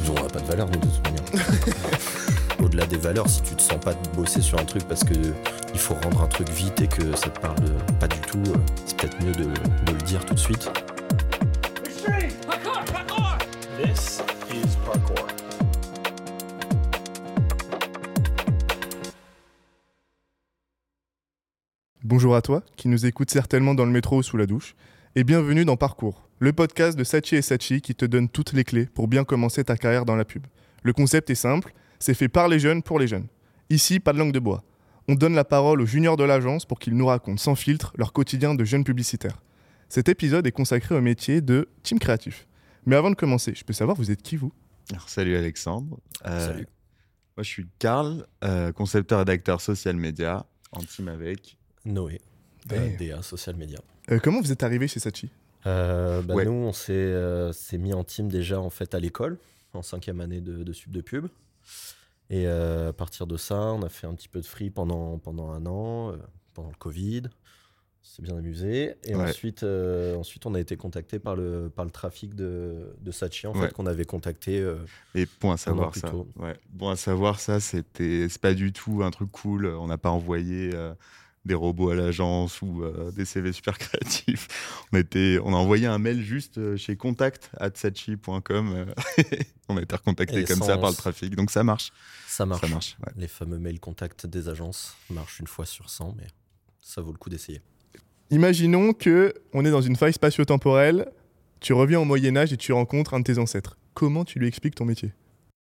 On n'a pas de valeur, nous, de toute manière. Au-delà des valeurs, si tu te sens pas de bosser sur un truc parce que il faut rendre un truc vite et que ça te parle pas du tout, c'est peut-être mieux de le dire tout de suite. This is parkour. Bonjour à toi, qui nous écoute certainement dans le métro ou sous la douche, et bienvenue dans Parcours, le podcast de Sachi et Sachi qui te donne toutes les clés pour bien commencer ta carrière dans la pub. Le concept est simple, c'est fait par les jeunes pour les jeunes. Ici, pas de langue de bois. On donne la parole aux juniors de l'agence pour qu'ils nous racontent sans filtre leur quotidien de jeunes publicitaires. Cet épisode est consacré au métier de team créatif. Mais avant de commencer, je peux savoir, vous êtes qui vous ? Alors, salut Alexandre. Salut. Moi je suis Karl, concepteur rédacteur social media, en team avec. Noé, Damn. DA Social Media. Comment vous êtes arrivé chez Sachi ? Ouais. Nous, on s'est mis en team déjà en fait à l'école, en 5e année de sup de pub. Et à partir de ça, on a fait un petit peu de free pendant un an, pendant le Covid. On s'est bien amusé. Et Ouais. ensuite, on a été contacté par le trafic de Sachi, en Ouais. fait, qu'on avait contacté. Et bon à savoir plus ça. tôt. Ouais. Bon à savoir ça, c'est pas du tout un truc cool. On n'a pas envoyé des robots à l'agence ou des CV super créatifs. On a envoyé un mail juste chez contact@sachi.com. On a été recontacté Et comme sans- ça par le trafic. Donc ça marche. Ça marche. Ça marche. Ouais. Les fameux mails contact des agences marchent une fois sur 100, mais ça vaut le coup d'essayer. Imaginons que on est dans une faille spatio-temporelle, tu reviens au Moyen-Âge et tu rencontres un de tes ancêtres. Comment tu lui expliques ton métier ?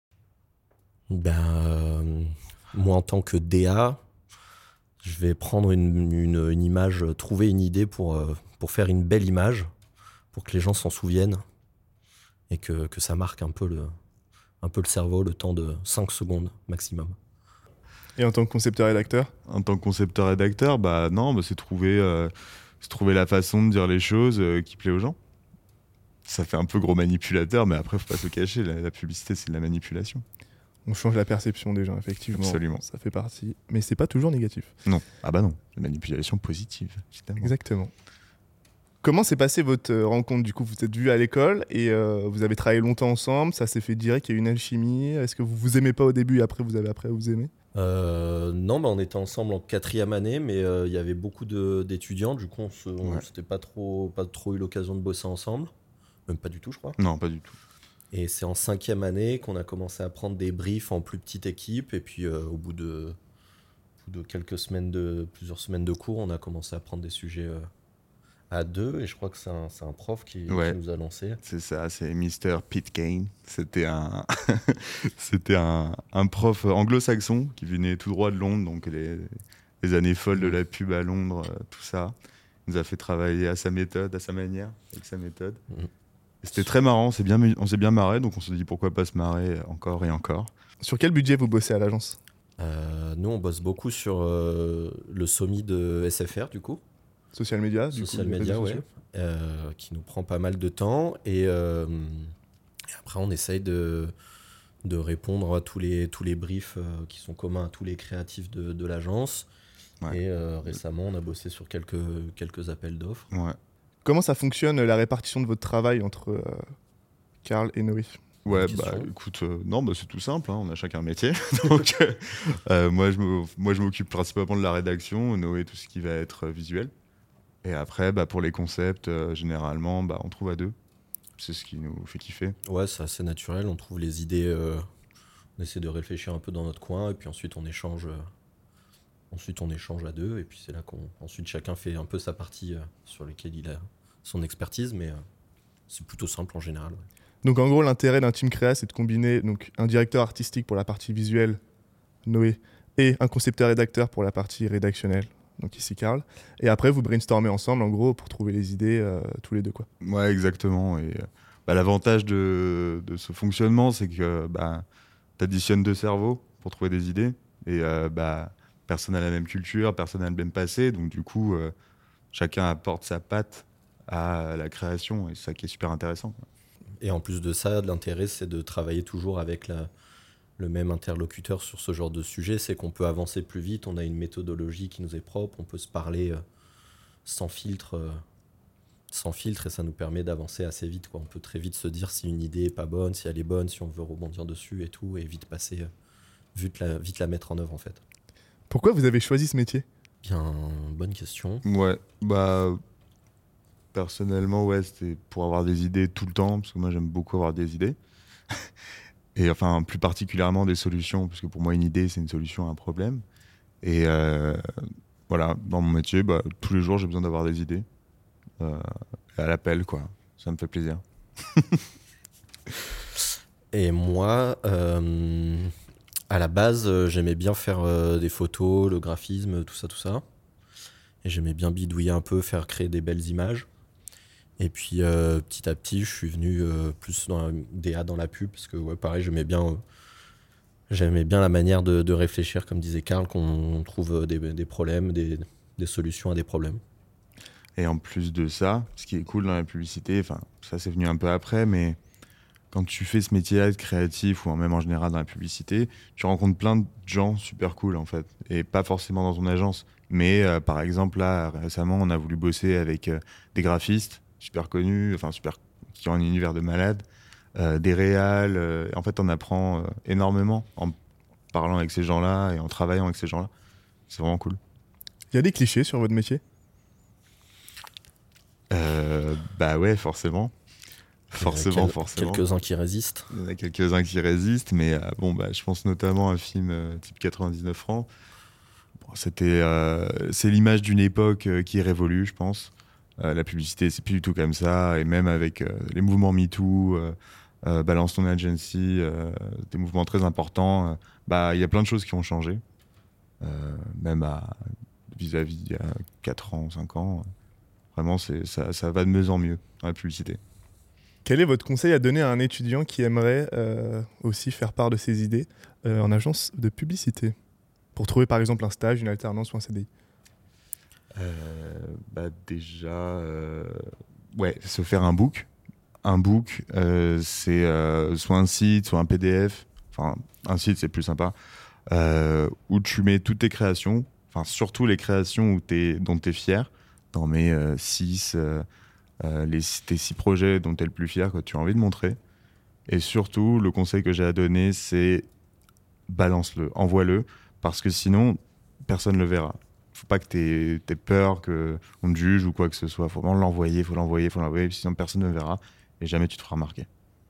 Moi, en tant que DA, je vais prendre une image, trouver une idée pour faire une belle image, pour que les gens s'en souviennent et que ça marque un peu le cerveau, le temps de 5 secondes maximum. Et en tant que concepteur-rédacteur ? En tant que concepteur-rédacteur, c'est trouver la façon de dire les choses qui plaît aux gens. Ça fait un peu gros manipulateur, mais après, faut pas se cacher, la publicité, c'est de la manipulation. On change la perception des gens, effectivement. Absolument. Ça fait partie. Mais c'est pas toujours négatif. Non. Ah bah non, la manipulation positive, évidemment. Exactement. Comment s'est passée votre rencontre ? Du coup, vous êtes vus à l'école et vous avez travaillé longtemps ensemble. Ça s'est fait direct, il y a eu une alchimie. Est-ce que vous vous aimez pas au début et après vous avez appris à vous aimer ? Non, on était ensemble en 4e année, mais il y avait beaucoup d'étudiants. Du coup, on s'était pas trop eu l'occasion de bosser ensemble. Même pas du tout, je crois. Non, pas du tout. Et c'est en 5e année qu'on a commencé à prendre des briefs en plus petite équipe. Et puis, au bout de plusieurs semaines de cours, on a commencé à prendre des sujets à 2. Et je crois que c'est un prof qui nous a lancé. C'est ça, c'est Mr. Pete Kane. C'était un prof anglo-saxon qui venait tout droit de Londres, donc les années folles de la pub à Londres, tout ça. Il nous a fait travailler à sa méthode, à sa manière, avec sa méthode. Mhm. Et c'était très marrant, on s'est bien marré, donc on s'est dit pourquoi pas se marrer encore et encore. Sur quel budget vous bossez à l'agence ? Nous, on bosse beaucoup sur le SOMI de SFR, du coup. Social media, du Social coup, les media, réseaux ouais. sociaux. Qui nous prend pas mal de temps. Et après, on essaye de répondre à tous les briefs qui sont communs à tous les créatifs de l'agence. Ouais. Et récemment, on a bossé sur quelques appels d'offres. Ouais. Comment ça fonctionne la répartition de votre travail entre Karl et Noé ? Ouais, Bonne question. écoute, c'est tout simple, hein, on a chacun un métier. Donc, moi, je m'occupe principalement de la rédaction, Noé, tout ce qui va être visuel. Et après, pour les concepts, généralement, on trouve à 2. C'est ce qui nous fait kiffer. Ouais, c'est assez naturel. On trouve les idées, on essaie de réfléchir un peu dans notre coin, et puis ensuite on échange à 2, et puis c'est là ensuite chacun fait un peu sa partie sur laquelle il a son expertise, mais c'est plutôt simple en général. Ouais. Donc en gros, l'intérêt d'un team créa, c'est de combiner donc, un directeur artistique pour la partie visuelle, Noé, et un concepteur-rédacteur pour la partie rédactionnelle, donc ici Karl. Et après, vous brainstormez ensemble, en gros, pour trouver les idées tous les deux, quoi. Ouais, exactement. Et l'avantage de ce fonctionnement, c'est que tu additionnes 2 cerveaux pour trouver des idées. Et personne n'a la même culture, personne n'a le même passé. Donc du coup, chacun apporte sa patte à la création. Et c'est ça qui est super intéressant, quoi. Et en plus de ça, l'intérêt, c'est de travailler toujours avec le même interlocuteur sur ce genre de sujet. C'est qu'on peut avancer plus vite, on a une méthodologie qui nous est propre, on peut se parler sans filtre sans filtre, et ça nous permet d'avancer assez vite, quoi. On peut très vite se dire si une idée est pas bonne, si elle est bonne, si on veut rebondir dessus et tout, et vite passer, vite la mettre en œuvre en fait. Pourquoi vous avez choisi ce métier ? Bien, bonne question. Ouais, bah personnellement, ouais, c'était pour avoir des idées tout le temps, parce que moi j'aime beaucoup avoir des idées. Et enfin, plus particulièrement des solutions, parce que pour moi, une idée, c'est une solution à un problème. Et voilà, dans mon métier, bah, tous les jours, j'ai besoin d'avoir des idées. À l'appel, quoi. Ça me fait plaisir. Et moi, à la base, j'aimais bien faire des photos, le graphisme, tout ça. Et j'aimais bien bidouiller un peu, créer des belles images. Et puis petit à petit, je suis venu plus dans la DA dans la pub, parce que ouais, pareil, j'aimais bien la manière de réfléchir, comme disait Karl, qu'on trouve des problèmes, des solutions à des problèmes. Et en plus de ça, ce qui est cool dans la publicité, enfin, ça c'est venu un peu après, mais quand tu fais ce métier-là de créatif, ou même en général dans la publicité, tu rencontres plein de gens super cool en fait. Et pas forcément dans ton agence, mais par exemple là, récemment, on a voulu bosser avec des graphistes super connus, enfin qui ont un univers de malade, des réals. En fait, on apprend énormément en parlant avec ces gens-là et en travaillant avec ces gens-là. C'est vraiment cool. Il y a des clichés sur votre métier ? Bah ouais, forcément. Forcément. Quelques-uns qui résistent. Il y en a quelques-uns qui résistent, mais bon, bah, je pense notamment à un film type 99 francs. Bon, c'est l'image d'une époque qui est révolue, je pense. La publicité, c'est plus du tout comme ça, et même avec les mouvements MeToo, Balance ton agency, des mouvements très importants, bah, il y a plein de choses qui ont changé, même vis-à-vis il y a 4 ans, 5 ans. Vraiment, ça va de mieux en mieux dans la publicité. Quel est votre conseil à donner à un étudiant qui aimerait aussi faire part de ses idées en agence de publicité, pour trouver par exemple un stage, une alternance ou un CDI ? Bah déjà, ouais, se faire un book. Un book, c'est soit un site, soit un PDF. Enfin, un site, c'est plus sympa. Où tu mets toutes tes créations, enfin surtout les créations dont tu es fier. Dans mes 6, tes 6 projets dont tu es le plus fier, que tu as envie de montrer. Et surtout, le conseil que j'ai à donner, c'est balance-le, envoie-le, parce que sinon, personne ne le verra. Faut pas que t'aies peur qu'on te juge ou quoi que ce soit. Faut vraiment l'envoyer, sinon personne ne le verra et jamais tu te feras remarquer.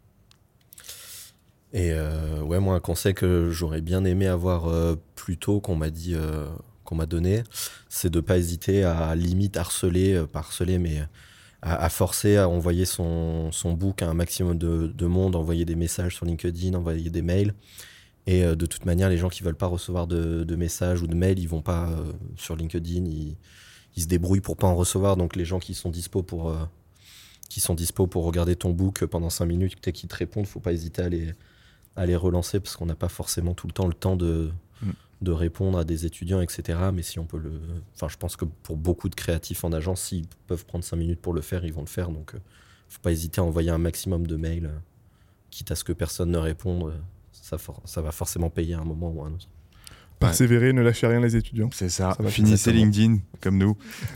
Et ouais, moi, un conseil que j'aurais bien aimé avoir plus tôt, qu'on m'a donné, c'est de pas hésiter à limite harceler, pas harceler, mais à forcer à envoyer son book à un maximum de monde, envoyer des messages sur LinkedIn, envoyer des mails. Et de toute manière, les gens qui veulent pas recevoir de messages ou de mails, ils vont pas sur LinkedIn, ils se débrouillent pour pas en recevoir. Donc les gens qui sont dispo pour regarder ton book pendant 5 minutes, dès qu'ils te répondent, faut pas hésiter à les relancer, parce qu'on n'a pas forcément tout le temps de répondre à des étudiants, etc. Mais si on peut je pense que pour beaucoup de créatifs en agence, s'ils peuvent prendre 5 minutes pour le faire, ils vont le faire. Donc faut pas hésiter à envoyer un maximum de mails, quitte à ce que personne ne réponde. Ça va forcément payer à un moment ou à un autre. Persévérer, ne lâchez rien les étudiants. C'est ça, Ça va finissez LinkedIn comme nous.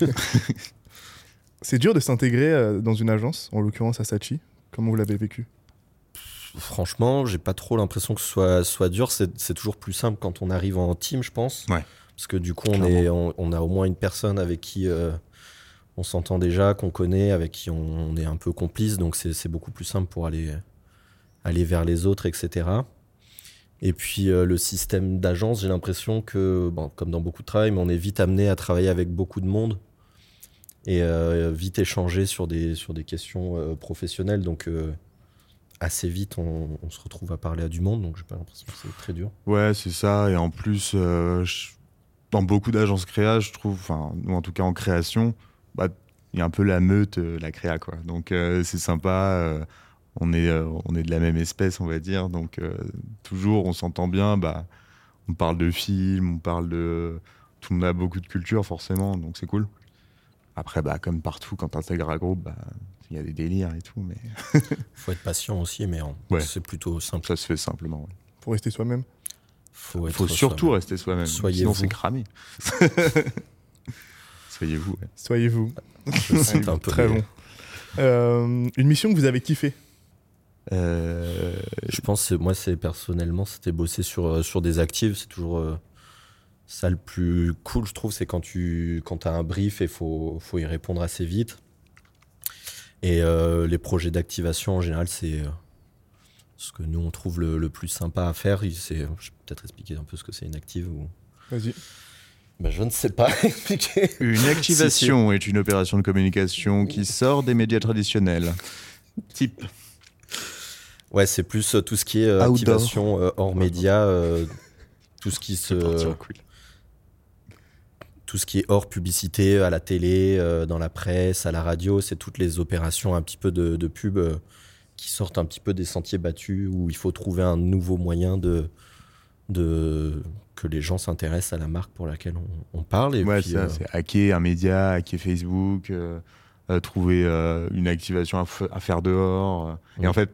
C'est dur de s'intégrer dans une agence, en l'occurrence à Saatchi. Comment vous l'avez vécu ? Franchement, j'ai pas trop l'impression que ce soit dur. C'est toujours plus simple quand on arrive en team, je pense. Ouais. Parce que du coup, on a au moins une personne avec qui on s'entend déjà, qu'on connaît, avec qui on est un peu complice. Donc c'est beaucoup plus simple pour aller vers les autres, etc. Et puis le système d'agence, j'ai l'impression que, comme dans beaucoup de travail, mais on est vite amené à travailler avec beaucoup de monde et vite échanger sur des questions professionnelles. Donc assez vite, on se retrouve à parler à du monde. Donc j'ai pas l'impression que c'est très dur. Ouais, c'est ça. Et en plus, dans beaucoup d'agences créa, je trouve, enfin, nous en tout cas en création, il y a un peu la meute, la créa, quoi. Donc c'est sympa. On est de la même espèce, on va dire. Donc toujours, on s'entend bien. On parle de films, tout le monde a beaucoup de culture, forcément. Donc c'est cool. Après, comme partout, quand tu intègres un groupe, il y a des délires et tout. Mais faut être patient aussi, mais c'est plutôt simple. Ça se fait simplement. Ouais. Pour rester soi-même. Faut surtout rester soi-même. Sinon, c'est cramé. Soyez vous. Ouais. Soyez vous. C'est un peu très bon. Une mission que vous avez kiffé? Je pense que moi, personnellement, c'était bosser sur des actives. C'est toujours ça le plus cool, je trouve, c'est quand tu as un brief et faut y répondre assez vite. Et les projets d'activation, en général, c'est ce que nous, on trouve le plus sympa à faire. Je vais peut-être expliquer un peu ce que c'est une active. Vas-y. Ben, je ne sais pas expliquer. Une activation est une opération de communication qui sort des médias traditionnels. Type. Ouais, c'est plus tout ce qui est Outdoor. activation hors média, tout ce qui tout ce qui est hors publicité, à la télé, dans la presse, à la radio, c'est toutes les opérations un petit peu de pub qui sortent un petit peu des sentiers battus, où il faut trouver un nouveau moyen que les gens s'intéressent à la marque pour laquelle on parle. Et Ouais, puis, c'est hacker un média, hacker Facebook, trouver une activation à faire dehors. Et en fait,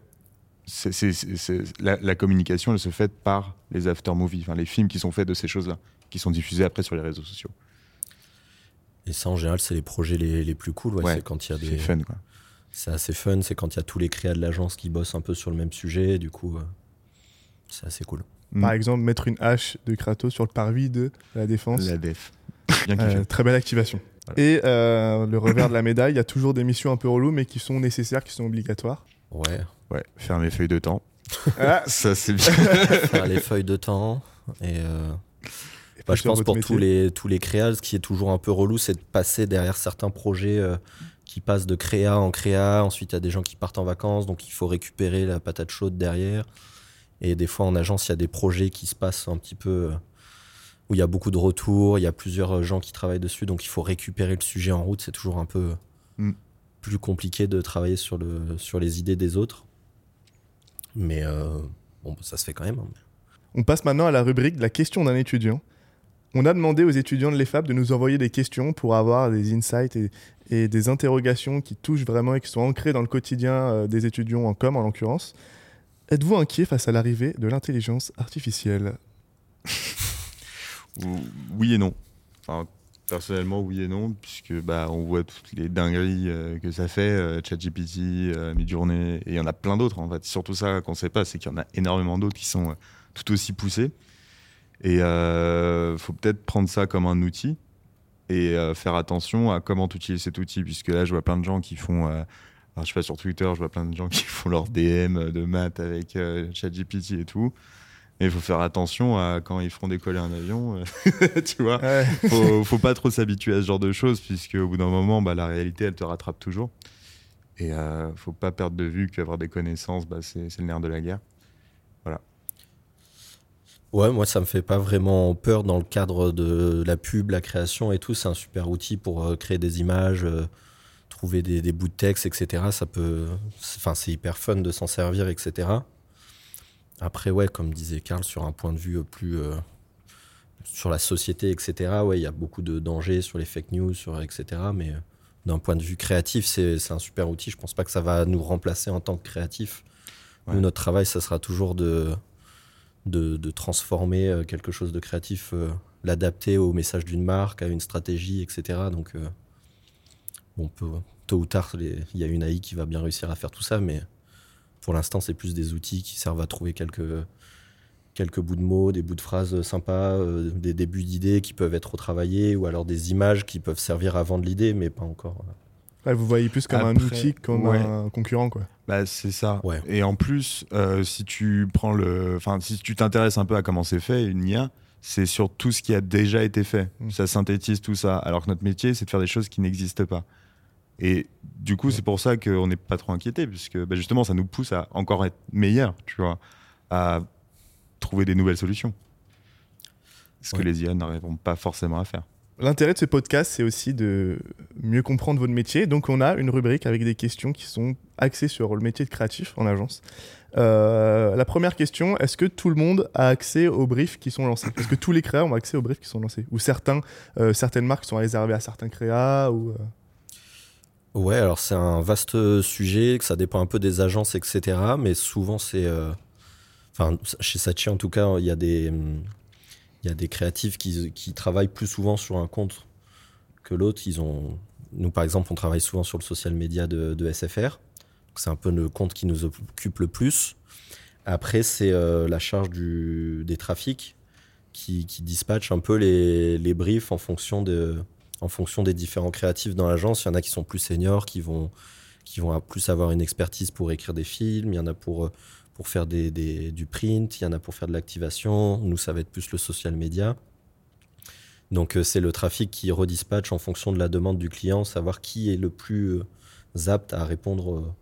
la communication, elle se fait par les after-movies, enfin les films qui sont faits de ces choses-là, qui sont diffusés après sur les réseaux sociaux. Et ça, en général, c'est les projets les plus cool. Ouais, c'est quand il y a c'est fun, quoi. C'est assez fun, c'est quand il y a tous les créas de l'agence qui bossent un peu sur le même sujet. Du coup, c'est assez cool. Par exemple, mettre une hache de Kratos sur le parvis de la Défense. La def. Bien kiffé. Très belle activation. Voilà. Et le revers de la médaille, il y a toujours des missions un peu reloues, mais qui sont nécessaires, qui sont obligatoires. Ouais, faire mes feuilles de temps. Ah. Ça, c'est bien. Faire les feuilles de temps. Et je pense pour tous les créas, ce qui est toujours un peu relou, c'est de passer derrière certains projets qui passent de créa en créa. Ensuite, il y a des gens qui partent en vacances, donc il faut récupérer la patate chaude derrière. Et des fois, en agence, il y a des projets qui se passent un petit peu où il y a beaucoup de retours, il y a plusieurs gens qui travaillent dessus, donc il faut récupérer le sujet en route. C'est toujours un peu plus compliqué de travailler sur les idées des autres. Mais ça se fait quand même. On passe maintenant à la rubrique de la question d'un étudiant. On a demandé aux étudiants de l'EFAP de nous envoyer des questions pour avoir des insights et des interrogations qui touchent vraiment et qui sont ancrées dans le quotidien des étudiants en com, en l'occurrence. Êtes-vous inquiet face à l'arrivée de l'intelligence artificielle? Oui et non. Enfin, personnellement, oui et non, puisque on voit toutes les dingueries que ça fait, ChatGPT, Midjourney, et il y en a plein d'autres en fait. Surtout ça qu'on ne sait pas, c'est qu'il y en a énormément d'autres qui sont tout aussi poussés. Et faut peut-être prendre ça comme un outil et faire attention à comment tu utilises cet outil, puisque là, je vois plein de gens qui font... je sais pas, sur Twitter, je vois plein de gens qui font leur DM de maths avec ChatGPT et tout. Et il faut faire attention à quand ils feront décoller un avion, tu vois. Ouais. Faut pas trop s'habituer à ce genre de choses, puisque au bout d'un moment, la réalité, elle te rattrape toujours. Et faut pas perdre de vue qu'avoir des connaissances, c'est le nerf de la guerre. Voilà. Ouais, moi, ça me fait pas vraiment peur dans le cadre de la pub, la création et tout. C'est un super outil pour créer des images, trouver des bouts de texte, etc. C'est hyper fun de s'en servir, etc. Après, ouais, comme disait Karl, sur un point de vue plus sur la société, etc., ouais, il y a beaucoup de dangers sur les fake news, etc. Mais d'un point de vue créatif, c'est un super outil. Je pense pas que ça va nous remplacer en tant que créatifs. Ouais. Nous, notre travail, ça sera toujours de transformer quelque chose de créatif, l'adapter au message d'une marque, à une stratégie, etc. Donc, tôt ou tard, il y a une AI qui va bien réussir à faire tout ça, mais pour l'instant, c'est plus des outils qui servent à trouver quelques bouts de mots, des bouts de phrases sympas, des débuts d'idées qui peuvent être retravaillés, ou alors des images qui peuvent servir à vendre l'idée, mais pas encore. Ouais, vous voyez plus comme un outil, comme un concurrent, quoi. C'est ça. Ouais. Et en plus, si tu t'intéresses un peu à comment c'est fait, une IA, c'est sur tout ce qui a déjà été fait. Ça synthétise tout ça. Alors que notre métier, c'est de faire des choses qui n'existent pas. Et du coup, c'est pour ça qu'on n'est pas trop inquiété, puisque justement, ça nous pousse à encore être meilleurs, tu vois, à trouver des nouvelles solutions. Ce que les IA n'arriveront pas forcément à faire. L'intérêt de ce podcast, c'est aussi de mieux comprendre votre métier. Donc, on a une rubrique avec des questions qui sont axées sur le métier de créatif en agence. La première question, est-ce que tout le monde a accès aux briefs qui sont lancés? Est-ce que tous les créas ont accès aux briefs qui sont lancés? Ou certaines marques sont réservées à certains créas Ouais, alors c'est un vaste sujet, que ça dépend un peu des agences, etc. Mais souvent, chez Saatchi, en tout cas, il y a des créatifs qui travaillent plus souvent sur un compte que l'autre. Nous, par exemple, on travaille souvent sur le social media de SFR. Donc, c'est un peu le compte qui nous occupe le plus. Après, c'est la charge des trafics qui dispatche un peu les briefs en fonction des différents créatifs dans l'agence. Il y en a qui sont plus seniors, qui vont plus avoir une expertise pour écrire des films. Il y en a pour faire du print. Il y en a pour faire de l'activation. Nous, ça va être plus le social media. Donc, c'est le trafic qui redispatche en fonction de la demande du client, savoir qui est le plus apte à répondre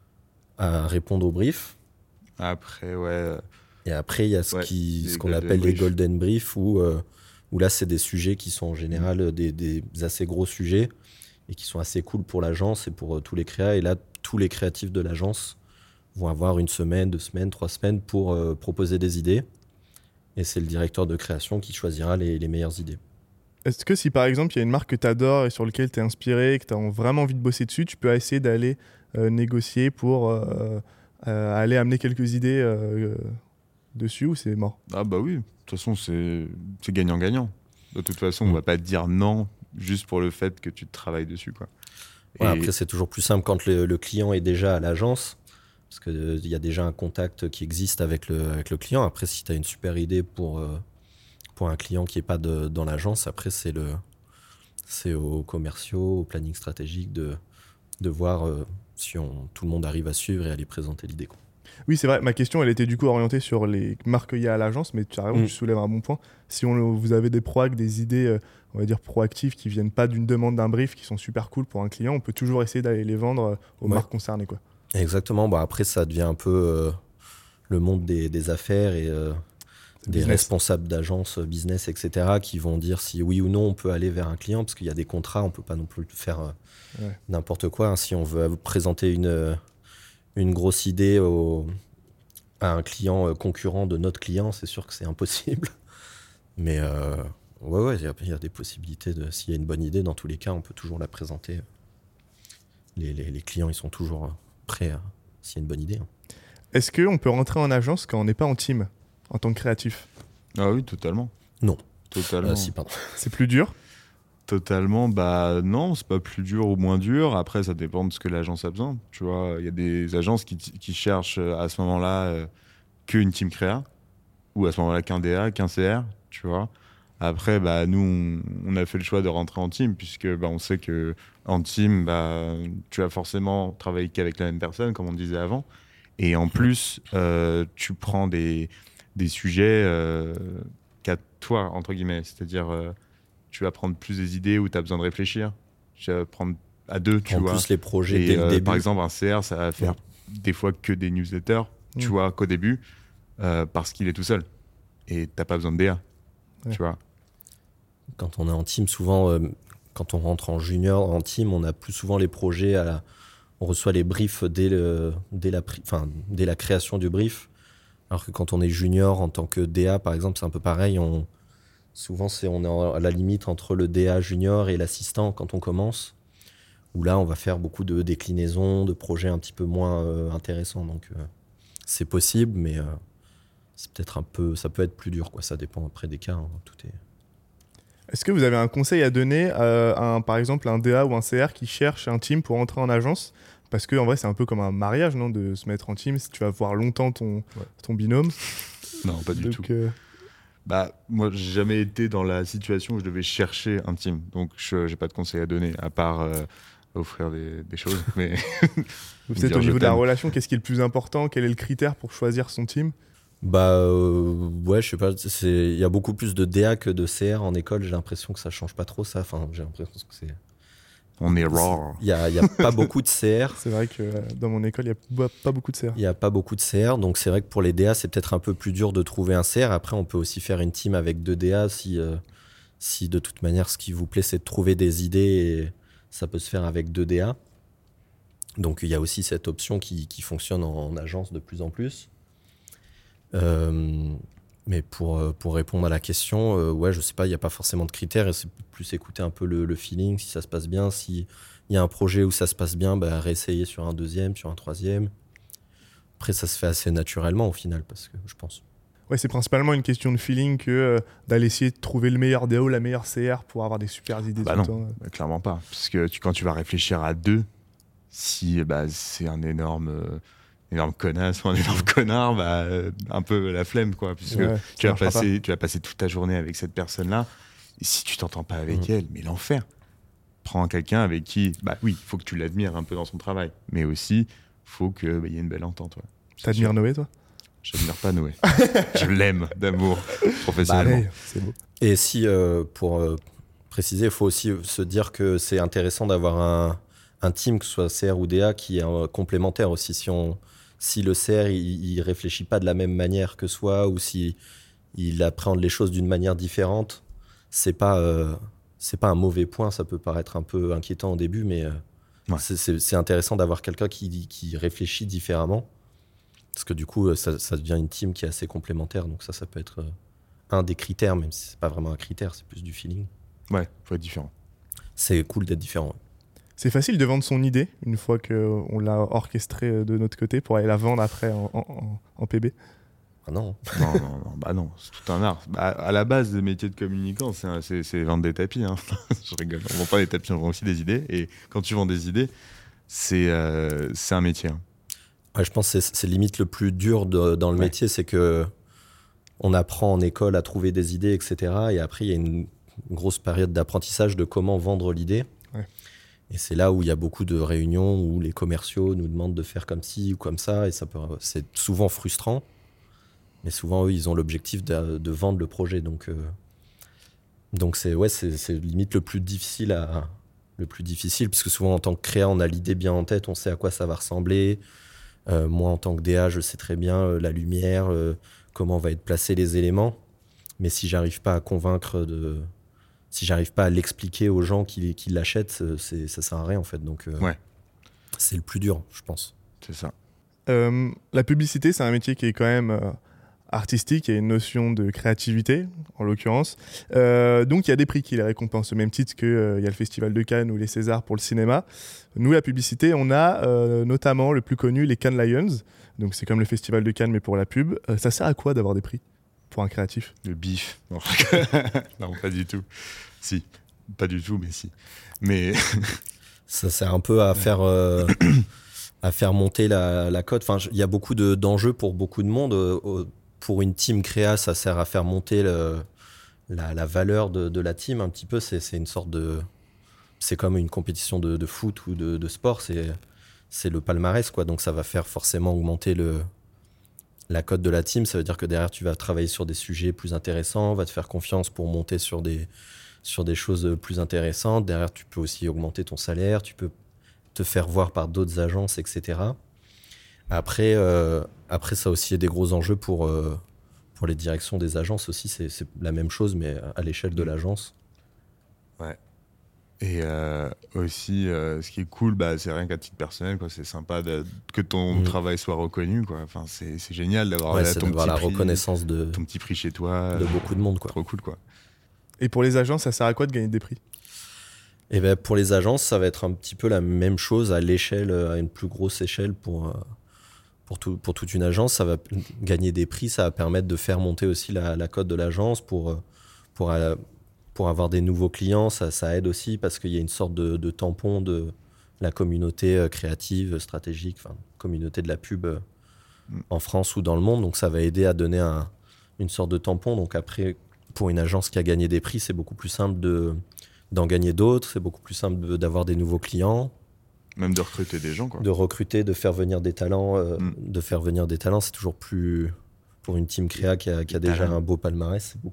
au brief. Après, ouais. Et après, il y a ce qu'on appelle les golden briefs, où là, c'est des sujets qui sont en général des assez gros sujets et qui sont assez cool pour l'agence et pour tous les créas. Et là, tous les créatifs de l'agence vont avoir 1 semaine, 2 semaines, 3 semaines pour proposer des idées. Et c'est le directeur de création qui choisira les meilleures idées. Est-ce que si par exemple il y a une marque que tu adores et sur laquelle tu es inspiré, que tu as vraiment envie de bosser dessus, tu peux essayer d'aller négocier pour aller amener quelques idées dessus, ou c'est mort? Ah bah oui, de toute façon c'est gagnant-gagnant. De toute façon, on va pas te dire non juste pour le fait que tu travailles dessus, quoi. Ouais, après, c'est toujours plus simple quand le client est déjà à l'agence, parce qu'il y a déjà un contact qui existe avec le client. Après, si tu as une super idée pour un client qui n'est pas dans l'agence, après, c'est aux commerciaux, au planning stratégique de voir si tout le monde arrive à suivre et à lui présenter l'idée, quoi. Oui, c'est vrai. Ma question, elle était du coup orientée sur les marques qu'il y a à l'agence, mais tu as raison, tu soulèves un bon point. Si vous avez des proacs, des idées, on va dire proactives, qui viennent pas d'une demande d'un brief, qui sont super cool pour un client, on peut toujours essayer d'aller les vendre aux marques concernées, quoi. Exactement. Bah, après, ça devient un peu le monde des affaires et des responsables d'agences business, etc., qui vont dire si oui ou non on peut aller vers un client, parce qu'il y a des contrats, on peut pas non plus faire n'importe quoi, hein. Si on veut présenter une grosse idée à un client concurrent de notre client, c'est sûr que c'est impossible. Mais il y a des possibilités. S'il y a une bonne idée, dans tous les cas, on peut toujours la présenter. Les clients, ils sont toujours prêts s'il y a une bonne idée, hein. Est-ce qu'on peut rentrer en agence quand on n'est pas en team, en tant que créatif? Ah oui, totalement. Non. Totalement. Si, pardon. C'est plus dur? Totalement, bah non, c'est pas plus dur ou moins dur. Après, ça dépend de ce que l'agence a besoin. Tu vois, il y a des agences qui cherchent à ce moment-là qu'une team créa, ou à ce moment-là qu'un DA, qu'un CR, tu vois. Après, bah, nous, on a fait le choix de rentrer en team, puisque bah, on sait qu'en team, bah, tu vas forcément travailler qu'avec la même personne, comme on disait avant. Et en plus, tu prends des sujets qu'à toi, entre guillemets. C'est-à-dire, tu vas prendre plus des idées où tu as besoin de réfléchir. Tu vas prendre à deux, tu vois. En plus, les projets et, dès le début. Par exemple, un CR, ça va faire des fois que des newsletters, tu vois, qu'au début, parce qu'il est tout seul. Et t'as pas besoin de DA, tu vois. Quand on est en team, souvent, quand on rentre en junior, en team, on a plus souvent les projets on reçoit les briefs dès la création du brief. Alors que quand on est junior, en tant que DA, par exemple, c'est un peu pareil. Souvent, on est à la limite entre le DA junior et l'assistant quand on commence. Où là, on va faire beaucoup de déclinaisons, de projets un petit peu moins intéressants. Donc, c'est possible, mais c'est peut-être ça peut être plus dur, quoi. Ça dépend après des cas, hein. Est-ce que vous avez un conseil à donner par exemple, un DA ou un CR qui cherche un team pour entrer en agence? Parce qu'en vrai, c'est un peu comme un mariage, non, de se mettre en team. Si tu vas voir longtemps ton binôme. Non, pas du tout. Bah, moi, j'ai jamais été dans la situation où je devais chercher un team. Donc, je n'ai pas de conseil à donner, à part offrir des choses. Mais peut-être au niveau de la relation, qu'est-ce qui est le plus important? Quel est le critère pour choisir son team? Bah ouais, je sais pas. Il y a beaucoup plus de DA que de CR en école. J'ai l'impression que ça change pas trop ça. Enfin, j'ai l'impression que c'est. On est raw. Il y a pas beaucoup de CR. C'est vrai que dans mon école, il y a pas beaucoup de CR. Il y a pas beaucoup de CR, donc c'est vrai que pour les DA, c'est peut-être un peu plus dur de trouver un CR. Après, on peut aussi faire une team avec 2 DA si de toute manière, ce qui vous plaît, c'est de trouver des idées. Et ça peut se faire avec 2 DA. Donc il y a aussi cette option qui fonctionne en agence de plus en plus. Mais pour répondre à la question, ouais, je sais pas, il n'y a pas forcément de critères, et c'est plus écouter un peu le feeling, si ça se passe bien. S'il y a un projet où ça se passe bien, bah, réessayer sur un deuxième, sur un troisième. Après, ça se fait assez naturellement au final, parce que je pense. Ouais, c'est principalement une question de feeling que d'aller essayer de trouver le meilleur DO, la meilleure CR pour avoir des super idées Bah tout non, le temps. bah clairement pas. Parce que quand tu vas réfléchir à deux, si c'est un énorme connasse ou un énorme connard, un peu la flemme, quoi. Puisque Ouais, tu ça vas marchera passer toute ta journée avec cette personne-là. Et si tu t'entends pas avec elle, mais l'enfer. Prends quelqu'un avec qui, oui, il faut que tu l'admires un peu dans son travail. Mais aussi, faut qu'il y ait une belle entente. Ouais. C'est T'admires sûr. Noé, toi? J'admire pas Noé. Je l'aime d'amour, professionnellement. allez, c'est beau. Et si, pour préciser, il faut aussi se dire que c'est intéressant d'avoir un team, que ce soit CR ou DA, qui est complémentaire aussi. Si le CR il réfléchit pas de la même manière que soi, ou si il appréhende les choses d'une manière différente, c'est pas un mauvais point. Ça peut paraître un peu inquiétant au début, mais Ouais. c'est intéressant d'avoir quelqu'un qui réfléchit différemment. Parce que du coup, ça devient une team qui est assez complémentaire. Donc ça peut être un des critères, même si c'est pas vraiment un critère, c'est plus du feeling. Ouais, faut être différent. C'est cool d'être différent. C'est facile de vendre son idée une fois qu'on l'a orchestrée de notre côté pour aller la vendre après en PB. Ah non. Non, c'est tout un art. À la base, des métiers de communicant, c'est vendre des tapis. Hein. Je rigole. On vend pas des tapis, on vend aussi des idées. Et quand tu vends des idées, c'est un métier. Hein. Ouais, je pense que c'est limite le plus dur dans le métier, c'est que on apprend en école à trouver des idées, etc. Et après, il y a une grosse période d'apprentissage de comment vendre l'idée. Ouais. Et c'est là où il y a beaucoup de réunions où les commerciaux nous demandent de faire comme ci ou comme ça. Et c'est souvent frustrant. Mais souvent, eux, ils ont l'objectif de vendre le projet. Donc c'est limite le plus difficile puisque souvent, en tant que créa, on a l'idée bien en tête, on sait à quoi ça va ressembler. Moi, en tant que DA, je sais très bien la lumière, comment va être placés les éléments. Mais si j'arrive pas à convaincre si j'arrive pas à l'expliquer aux gens qui l'achètent, ça sert à rien en fait. Donc, c'est le plus dur, je pense. C'est ça. La publicité, c'est un métier qui est quand même artistique. Il y a une notion de créativité, en l'occurrence. Donc, il y a des prix qui les récompensent, au même titre qu'il y a le Festival de Cannes ou les Césars pour le cinéma. Nous, la publicité, on a notamment le plus connu, les Cannes Lions. Donc, c'est comme le Festival de Cannes, mais pour la pub. Ça sert à quoi d'avoir des prix pour un créatif? Le bif. Non, non, pas du tout. Si. Pas du tout, mais si. Mais Ça sert un peu à faire monter la cote. Enfin, il y a beaucoup d'enjeux pour beaucoup de monde. Pour une team créa, ça sert à faire monter la valeur de la team un petit peu. C'est une sorte de... C'est comme une compétition de foot ou de sport. C'est le palmarès, quoi. Donc ça va faire forcément augmenter la cote de la team. Ça veut dire que derrière, tu vas travailler sur des sujets plus intéressants, va te faire confiance pour monter sur des choses plus intéressantes. Derrière, tu peux aussi augmenter ton salaire, tu peux te faire voir par d'autres agences, etc. Après, ça a aussi des gros enjeux pour les directions des agences aussi. C'est la même chose, mais à l'échelle de l'agence. ouais. Et aussi, ce qui est cool, c'est rien qu'à titre personnel, quoi. C'est sympa que ton travail soit reconnu, quoi. Enfin, c'est génial d'avoir C'est d'avoir la reconnaissance ton petit prix chez toi. de beaucoup de monde, quoi. Trop cool, quoi. Et pour les agences, ça sert à quoi de gagner des prix? Et ben pour les agences, ça va être un petit peu la même chose à l'échelle, à une plus grosse échelle pour toute une agence. Ça va gagner des prix, ça va permettre de faire monter aussi la cote de l'agence pour avoir des nouveaux clients. Ça aide aussi parce qu'il y a une sorte de tampon de la communauté créative, stratégique, enfin communauté de la pub en France ou dans le monde. Donc ça va aider à donner une sorte de tampon. Donc après, pour une agence qui a gagné des prix, c'est beaucoup plus simple d'en gagner d'autres, c'est beaucoup plus simple d'avoir des nouveaux clients. Même de recruter des gens, quoi. De recruter, de faire venir des talents. C'est toujours plus... Pour une team créa qui a déjà un beau palmarès, c'est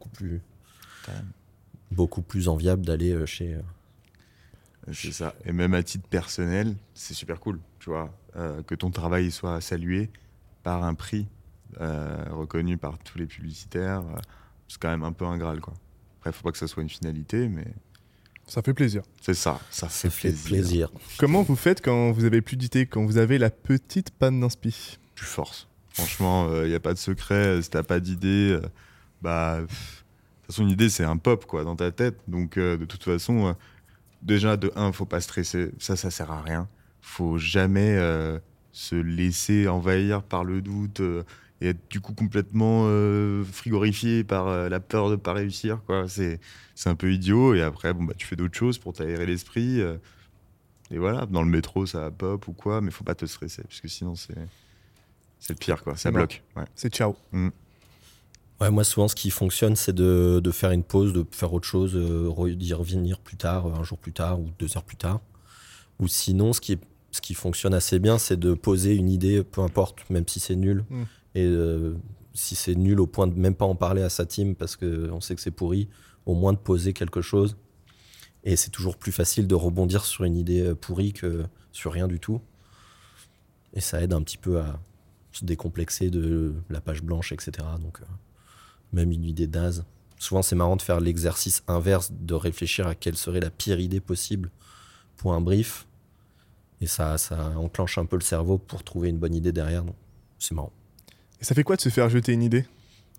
beaucoup plus enviable d'aller chez... C'est ça. Et même à titre personnel, c'est super cool, tu vois, que ton travail soit salué par un prix reconnu par tous les publicitaires. C'est quand même un peu un Graal, quoi. Après, faut pas que ça soit une finalité, mais... Ça fait plaisir. C'est ça, ça fait plaisir. Comment vous faites quand vous avez plus d'idées, quand vous avez la petite panne d'inspi? Tu forces. Franchement, il n'y a pas de secret. Si t'as pas d'idée, de toute façon, une idée, c'est un pop, quoi, dans ta tête. Donc, de toute façon, déjà, de un, faut pas stresser. Ça sert à rien. Faut jamais se laisser envahir par le doute et être du coup complètement frigorifié par la peur de pas réussir, quoi. C'est un peu idiot. Et après, bon, bah, tu fais d'autres choses pour t'aérer l'esprit. Et voilà, dans le métro, ça pop ou quoi, mais faut pas te stresser, parce que sinon, c'est le pire, quoi. Ça Non. bloque. Ouais. C'est ciao. Ouais, moi, souvent, ce qui fonctionne, c'est de faire une pause, de faire autre chose, d'y revenir plus tard, un jour plus tard ou 2 heures plus tard. Ou sinon, ce qui fonctionne assez bien, c'est de poser une idée, peu importe, même si c'est nul. Et si c'est nul au point de même pas en parler à sa team parce qu'on sait que c'est pourri, au moins de poser quelque chose. Et c'est toujours plus facile de rebondir sur une idée pourrie que sur rien du tout. Et ça aide un petit peu à se décomplexer de la page blanche, etc. Donc, même une idée naze. Souvent, c'est marrant de faire l'exercice inverse, de réfléchir à quelle serait la pire idée possible pour un brief. Et ça enclenche un peu le cerveau pour trouver une bonne idée derrière. Donc, c'est marrant. Et ça fait quoi de se faire jeter une idée?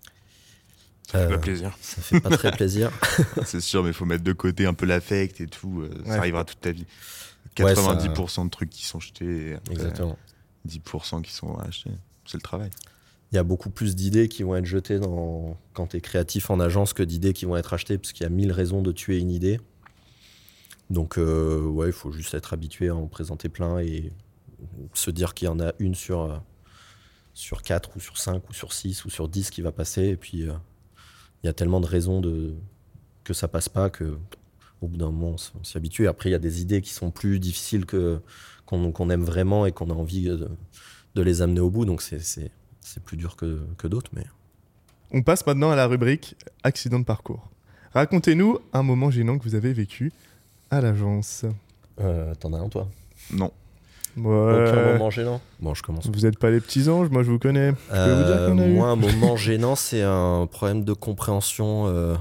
Ça fait pas plaisir. Ça fait pas très plaisir. C'est sûr, mais il faut mettre de côté un peu l'affect et tout. Ça Ouais. arrivera toute ta vie. Ouais, 90% de trucs qui sont jetés, et après, Exactement. 10% qui sont achetés. C'est le travail. Il y a beaucoup plus d'idées qui vont être jetées quand tu es créatif en agence que d'idées qui vont être achetées parce qu'il y a 1000 raisons de tuer une idée. Donc, ouais, il faut juste être habitué à en présenter plein et se dire qu'il y en a une sur 4 ou sur 5 ou sur 6 ou sur 10 qui va passer. Et puis, il y a tellement de raisons que ça passe pas qu'au bout d'un moment, on s'y habitue. Après, il y a des idées qui sont plus difficiles qu'on aime vraiment et qu'on a envie de les amener au bout. Donc, c'est plus dur que d'autres. Mais... On passe maintenant à la rubrique accident de parcours. Racontez-nous un moment gênant que vous avez vécu à l'agence. T'en as un, toi? Non. Aucun moment gênant? Bon, je commence. Vous n'êtes pas les petits anges, moi je vous connais. Je peux vous dire qu'on a eu. Moi, un moment gênant, c'est un problème de compréhension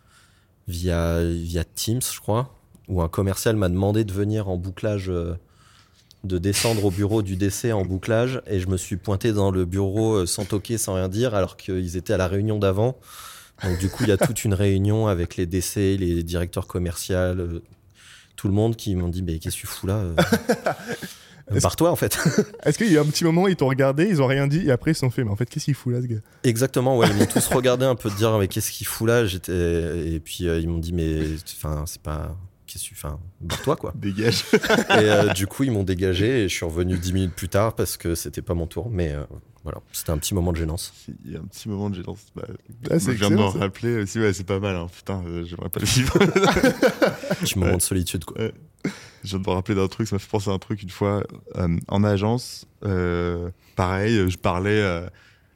via Teams, je crois, où un commercial m'a demandé de venir en bouclage, de descendre au bureau du DC en bouclage, et je me suis pointé dans le bureau sans toquer, sans rien dire, alors qu'ils étaient à la réunion d'avant. Donc du coup, il y a toute une réunion avec les DC, les directeurs commerciaux, tout le monde qui m'ont dit « Mais qu'est-ce que tu fous là Barre-toi, en fait. » Est-ce qu'il y a un petit moment, ils t'ont regardé, ils ont rien dit, et après ils se sont fait, mais en fait, qu'est-ce qu'il fout là, ce gars? Exactement, ouais, ils m'ont tous regardé un peu de dire mais qu'est-ce qu'il fout là. Et puis ils m'ont dit mais enfin c'est pas qu'est-ce que enfin barre-toi quoi. Dégage. Et du coup ils m'ont dégagé et je suis revenu 10 minutes plus tard parce que c'était pas mon tour. Mais voilà, c'était un petit moment de gênance. Il y a un petit moment de gênance. Ah, c'est je viens de m'en excellent, ça. rappeler aussi. Ouais, c'est pas mal. Hein. Putain, j'aimerais pas le vivre. Petit moment de solitude quoi. Ouais. Je viens de me rappeler d'un truc. Ça m'a fait penser à un truc une fois en agence. Pareil, je parlais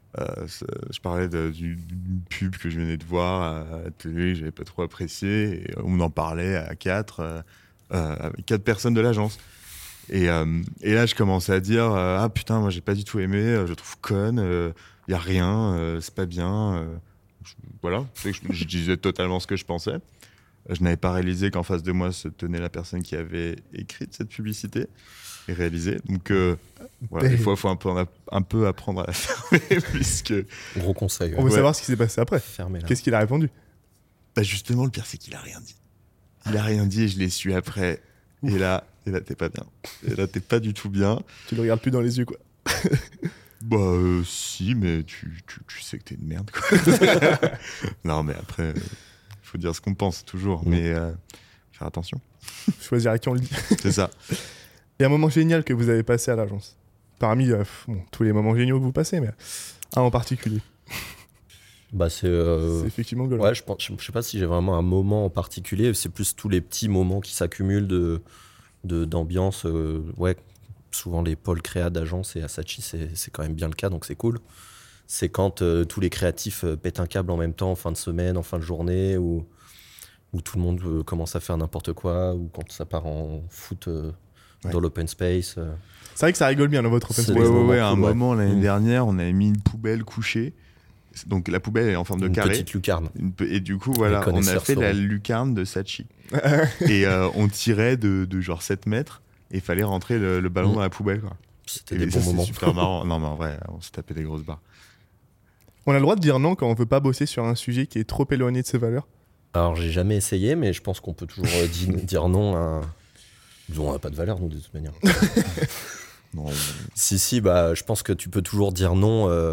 d'une pub que je venais de voir à la télé, que j'avais pas trop apprécié, et on en parlait à 4 avec 4 personnes de l'agence. Et là, je commençais à dire ah putain, moi j'ai pas du tout aimé, je trouve conne, y a rien, c'est pas bien. Voilà, je disais totalement ce que je pensais. Je n'avais pas réalisé qu'en face de moi se tenait la personne qui avait écrit cette publicité et réalisé. Donc, voilà, des fois, il faut un peu apprendre à la fermer, puisque... Gros conseil. On veut Ouais. savoir ce qui s'est passé après. Fermez là. Qu'est-ce qu'il a répondu? Bah justement, le pire, c'est qu'il a rien dit. Il a rien dit et je l'ai su après. Et là, t'es pas bien. Et là, t'es pas du tout bien. Tu le regardes plus dans les yeux, quoi. Bah, si, mais tu sais que t'es une merde, quoi. Non, mais après, faut dire ce qu'on pense, toujours. Mais faire attention. Choisir à qui on le dit. C'est ça. Il y a un moment génial que vous avez passé à l'agence. Parmi tous les moments géniaux que vous passez, mais un en particulier. Bah c'est C'est effectivement gueulant. ouais, je sais pas si j'ai vraiment un moment en particulier. C'est plus tous les petits moments qui s'accumulent d'ambiance. Ouais, souvent les pôles créa d'agence et à Saatchi, c'est quand même bien le cas, donc c'est cool. C'est quand tous les créatifs pètent un câble en même temps en fin de semaine, en fin de journée, où tout le monde commence à faire n'importe quoi, ou quand ça part en foot Ouais. dans l'open space. C'est vrai que ça rigole bien dans votre open C'est space. des Ouais, moments à un cool, ouais. moment, l'année Mm. dernière, on avait mis une poubelle couchée. Donc la poubelle est en forme de Une carré. petite lucarne. Et du coup, voilà, on a connaisseurs fait la sauront. lucarne de Saatchi. Et on tirait de genre 7 mètres et il fallait rentrer le ballon Mm. dans la poubelle, quoi. C'était Et des ça, bons c'est moments. super marrant. Non, mais en vrai, on s'est tapé des grosses barres. On a le droit de dire non quand on veut pas bosser sur un sujet qui est trop éloigné de ses valeurs. Alors, j'ai jamais essayé, mais je pense qu'on peut toujours dire non à. On n'a pas de valeur, nous, de toute manière. Non, Si, bah, je pense que tu peux toujours dire non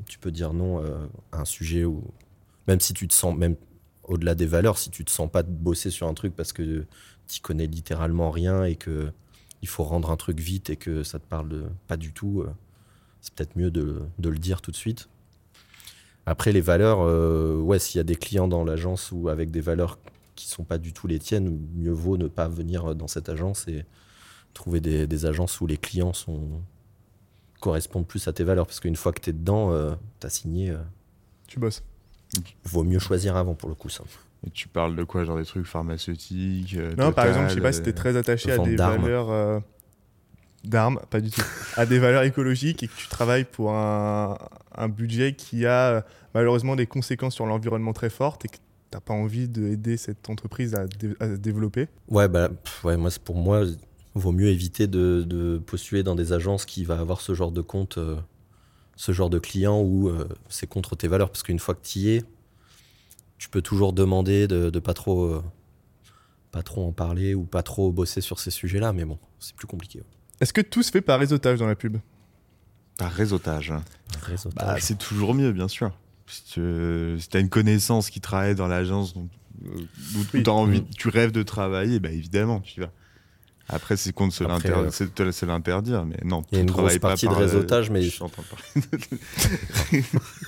tu peux dire non à un sujet où, même si tu te sens, même au-delà des valeurs, si tu te sens pas de bosser sur un truc parce que tu connais littéralement rien et que il faut rendre un truc vite et que ça te parle pas du tout, c'est peut-être mieux de le dire tout de suite. Après, les valeurs, s'il y a des clients dans l'agence ou avec des valeurs qui sont pas du tout les tiennes, mieux vaut ne pas venir dans cette agence et trouver des agences où les clients correspondent plus à tes valeurs. Parce qu'une fois que tu es dedans, tu as signé. Tu bosses. Vaut mieux choisir avant pour le coup, ça. Et tu parles de quoi, genre des trucs pharmaceutiques Non, par Total, exemple, je sais pas si t'es très attaché à vente des d'armes. valeurs d'armes, pas du tout, à des valeurs écologiques et que tu travailles pour un budget qui a malheureusement des conséquences sur l'environnement très fortes et que t'as pas envie d'aider cette entreprise à se développer. Ouais, pour moi, vaut mieux éviter de postuler dans des agences qui va avoir ce genre de compte, ce genre de client où c'est contre tes valeurs. Parce qu'une fois que tu y es, tu peux toujours demander de pas trop en parler ou pas trop bosser sur ces sujets-là. Mais bon, c'est plus compliqué. Est-ce que tout se fait par réseautage dans la pub ? Par réseautage. Réseautage. C'est toujours mieux, bien sûr. Si tu as une connaissance qui travaille dans l'agence où t'as envie, tu rêves de travailler, bah évidemment, tu vas. Après, c'est con de se l'interdire, mais non. Il y a une grosse partie de réseautage, mais... Je suis en train de parler.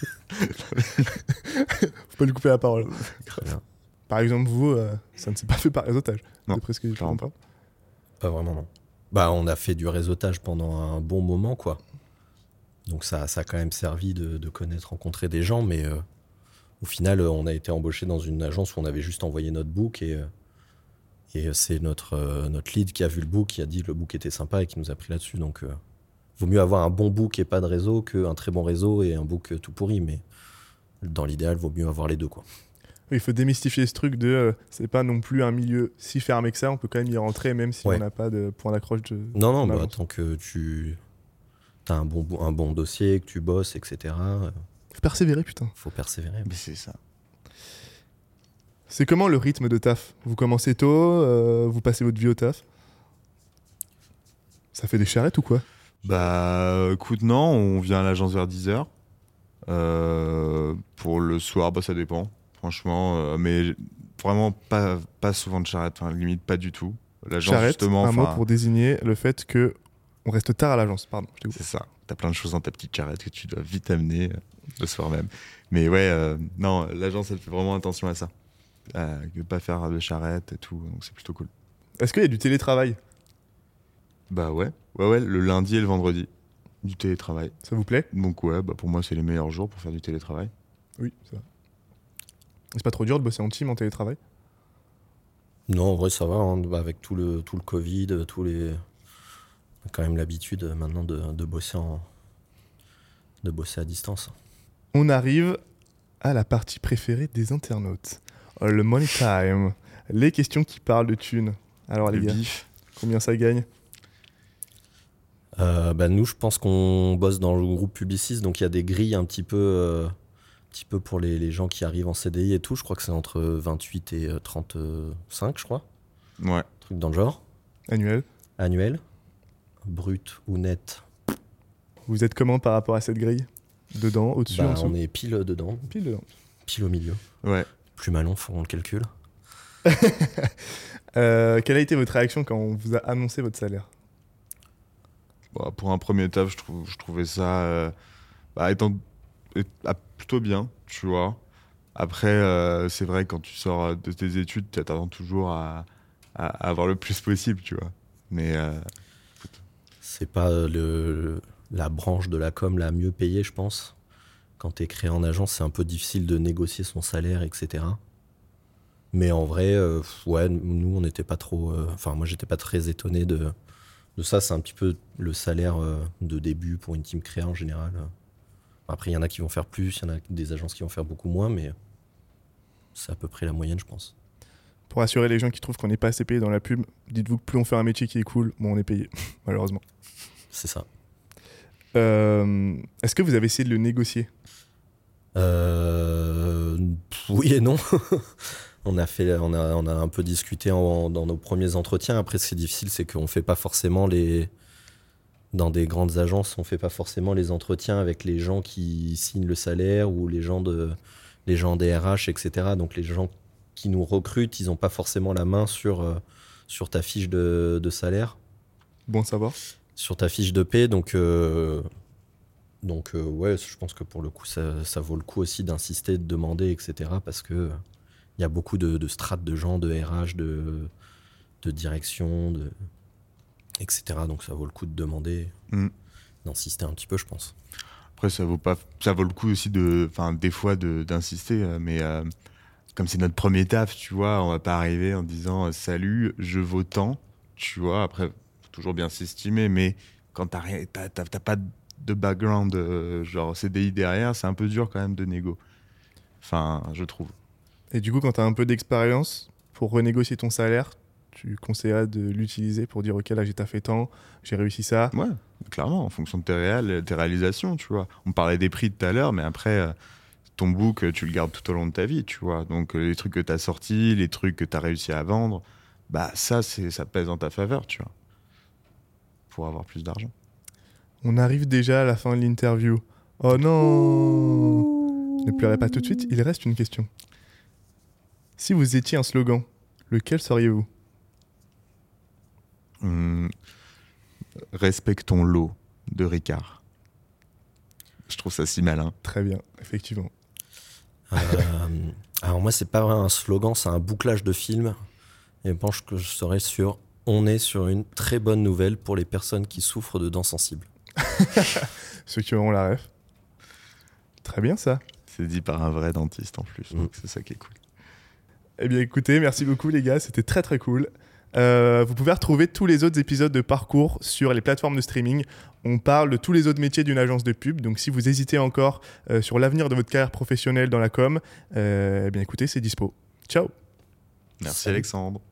Faut pas lui couper la parole. Très bien. Par exemple, vous, ça ne s'est pas fait par réseautage. Non, d'après ce que je clairement comprends. Pas vraiment, non. On a fait du réseautage pendant un bon moment, quoi. Donc ça a quand même servi de connaître, rencontrer des gens, mais au final, on a été embauché dans une agence où on avait juste envoyé notre book et c'est notre lead qui a vu le book, qui a dit que le book était sympa et qui nous a pris là-dessus. Donc vaut mieux avoir un bon book et pas de réseau qu'un très bon réseau et un book tout pourri, mais dans l'idéal, vaut mieux avoir les deux, quoi. Oui, il faut démystifier ce truc de c'est pas non plus un milieu si fermé que ça, on peut quand même y rentrer même si on n'a pas de point d'accroche de. Non, en avance. tant que tu as un bon dossier, que tu bosses, etc. Faut persévérer, putain. Faut persévérer. Mais c'est ça. C'est comment le rythme de taf ? Vous commencez tôt, vous passez votre vie au taf ? Ça fait des charrettes ou quoi ? Bah écoute, non, on vient à l'agence vers 10h. Pour le soir, ça dépend. Franchement, mais vraiment pas souvent de charrette, limite pas du tout. L'agence, Charrette, justement, un mot pour désigner le fait que on reste tard à l'agence. Pardon, je t'ai coupé. c'est ça. T'as plein de choses dans ta petite charrette que tu dois vite amener le soir même. Mais ouais, non, l'agence, elle fait vraiment attention à ça. De pas faire de charrette et tout, donc c'est plutôt cool. Est-ce qu'il y a du télétravail ? Bah ouais, le lundi et le vendredi, du télétravail. Ça vous plaît ? Donc ouais, pour moi, c'est les meilleurs jours pour faire du télétravail. Oui, ça va. C'est pas trop dur de bosser en team en télétravail ? Non, en vrai, ça va. Avec tout le Covid, on a quand même l'habitude maintenant de bosser à distance. On arrive à la partie préférée des internautes. Le money time. Les questions qui parlent de thunes. Alors les Le gars, bif. combien ça gagne ? Nous, je pense qu'on bosse dans le groupe Publicis, donc il y a des grilles un petit peu pour les gens qui arrivent en CDI et tout. Je crois que c'est entre 28 et 35, je crois. Ouais. Truc dans le genre. Annuel. Brut ou net. Vous êtes comment par rapport à cette grille ? Dedans, au-dessus, en dessous ? On est pile dedans, Pile dedans. pile au milieu. Ouais. Plus malin, on le calcule. Quelle a été votre réaction quand on vous a annoncé votre salaire ? Bon, pour un premier taf, je trouvais ça plutôt bien, tu vois. Après, c'est vrai, quand tu sors de tes études, tu t'attends toujours à avoir le plus possible, tu vois. Mais C'est pas la branche de la com la mieux payée, je pense. Quand t'es créé en agence, c'est un peu difficile de négocier son salaire, etc. Mais en vrai, nous, on n'était pas trop... moi, j'étais pas très étonné de ça. C'est un petit peu le salaire de début pour une team créa en général. Après, il y en a qui vont faire plus, il y en a des agences qui vont faire beaucoup moins, mais c'est à peu près la moyenne, je pense. Pour rassurer les gens qui trouvent qu'on n'est pas assez payé dans la pub, dites-vous que plus on fait un métier qui est cool, moins on est payé, malheureusement. C'est ça. Est-ce que vous avez essayé de le négocier ? Oui et non. On a un peu discuté dans nos premiers entretiens. Après, ce qui est difficile, c'est qu'on fait pas forcément dans des grandes agences, on fait pas forcément les entretiens avec les gens qui signent le salaire ou les gens des RH, etc. Donc les gens qui nous recrutent, ils n'ont pas forcément la main sur ta fiche de salaire, Bon à savoir. sur ta fiche de paie. Donc ouais, je pense que pour le coup, ça vaut le coup aussi d'insister, de demander, etc. Parce que il y a beaucoup de strates de gens, de RH, de direction, etc. Donc ça vaut le coup de demander, d'insister un petit peu, je pense. Après, ça vaut le coup aussi des fois d'insister, mais comme c'est notre premier taf, tu vois, on va pas arriver en disant salut, je vaux tant, tu vois. Après, faut toujours bien s'estimer, mais quand t'as pas de background genre CDI derrière, c'est un peu dur quand même de négo. Enfin, je trouve. Et du coup, quand tu as un peu d'expérience, pour renégocier ton salaire, tu conseillerais de l'utiliser pour dire ok, là j'ai taffé tant, j'ai réussi ça. Ouais, clairement, en fonction de tes réalisations, tu vois. On parlait des prix tout à l'heure, mais après, ton book, tu le gardes tout au long de ta vie, tu vois. Donc, les trucs que tu as sortis, les trucs que tu as réussi à vendre, bah ça pèse en ta faveur, tu vois. Pour avoir plus d'argent. On arrive déjà à la fin de l'interview. Oh non! Ne pleurez pas tout de suite, il reste une question. Si vous étiez un slogan, lequel seriez-vous? Respectons l'eau de Ricard. Je trouve ça si malin. Très bien, effectivement. Alors moi, c'est pas vraiment un slogan, c'est un bouclage de film. Et je pense que je serais sur « On est sur une très bonne nouvelle pour les personnes qui souffrent de dents sensibles ». Ceux qui auront la ref. Très bien ça. C'est dit par un vrai dentiste en plus, donc c'est ça qui est cool. Eh bien écoutez, merci beaucoup les gars, c'était très très cool. Vous pouvez retrouver tous les autres épisodes de Parcours sur les plateformes de streaming. On parle de tous les autres métiers d'une agence de pub. Donc si vous hésitez encore sur l'avenir de votre carrière professionnelle dans la com, eh bien écoutez, c'est dispo. Ciao. Merci Salut. Alexandre.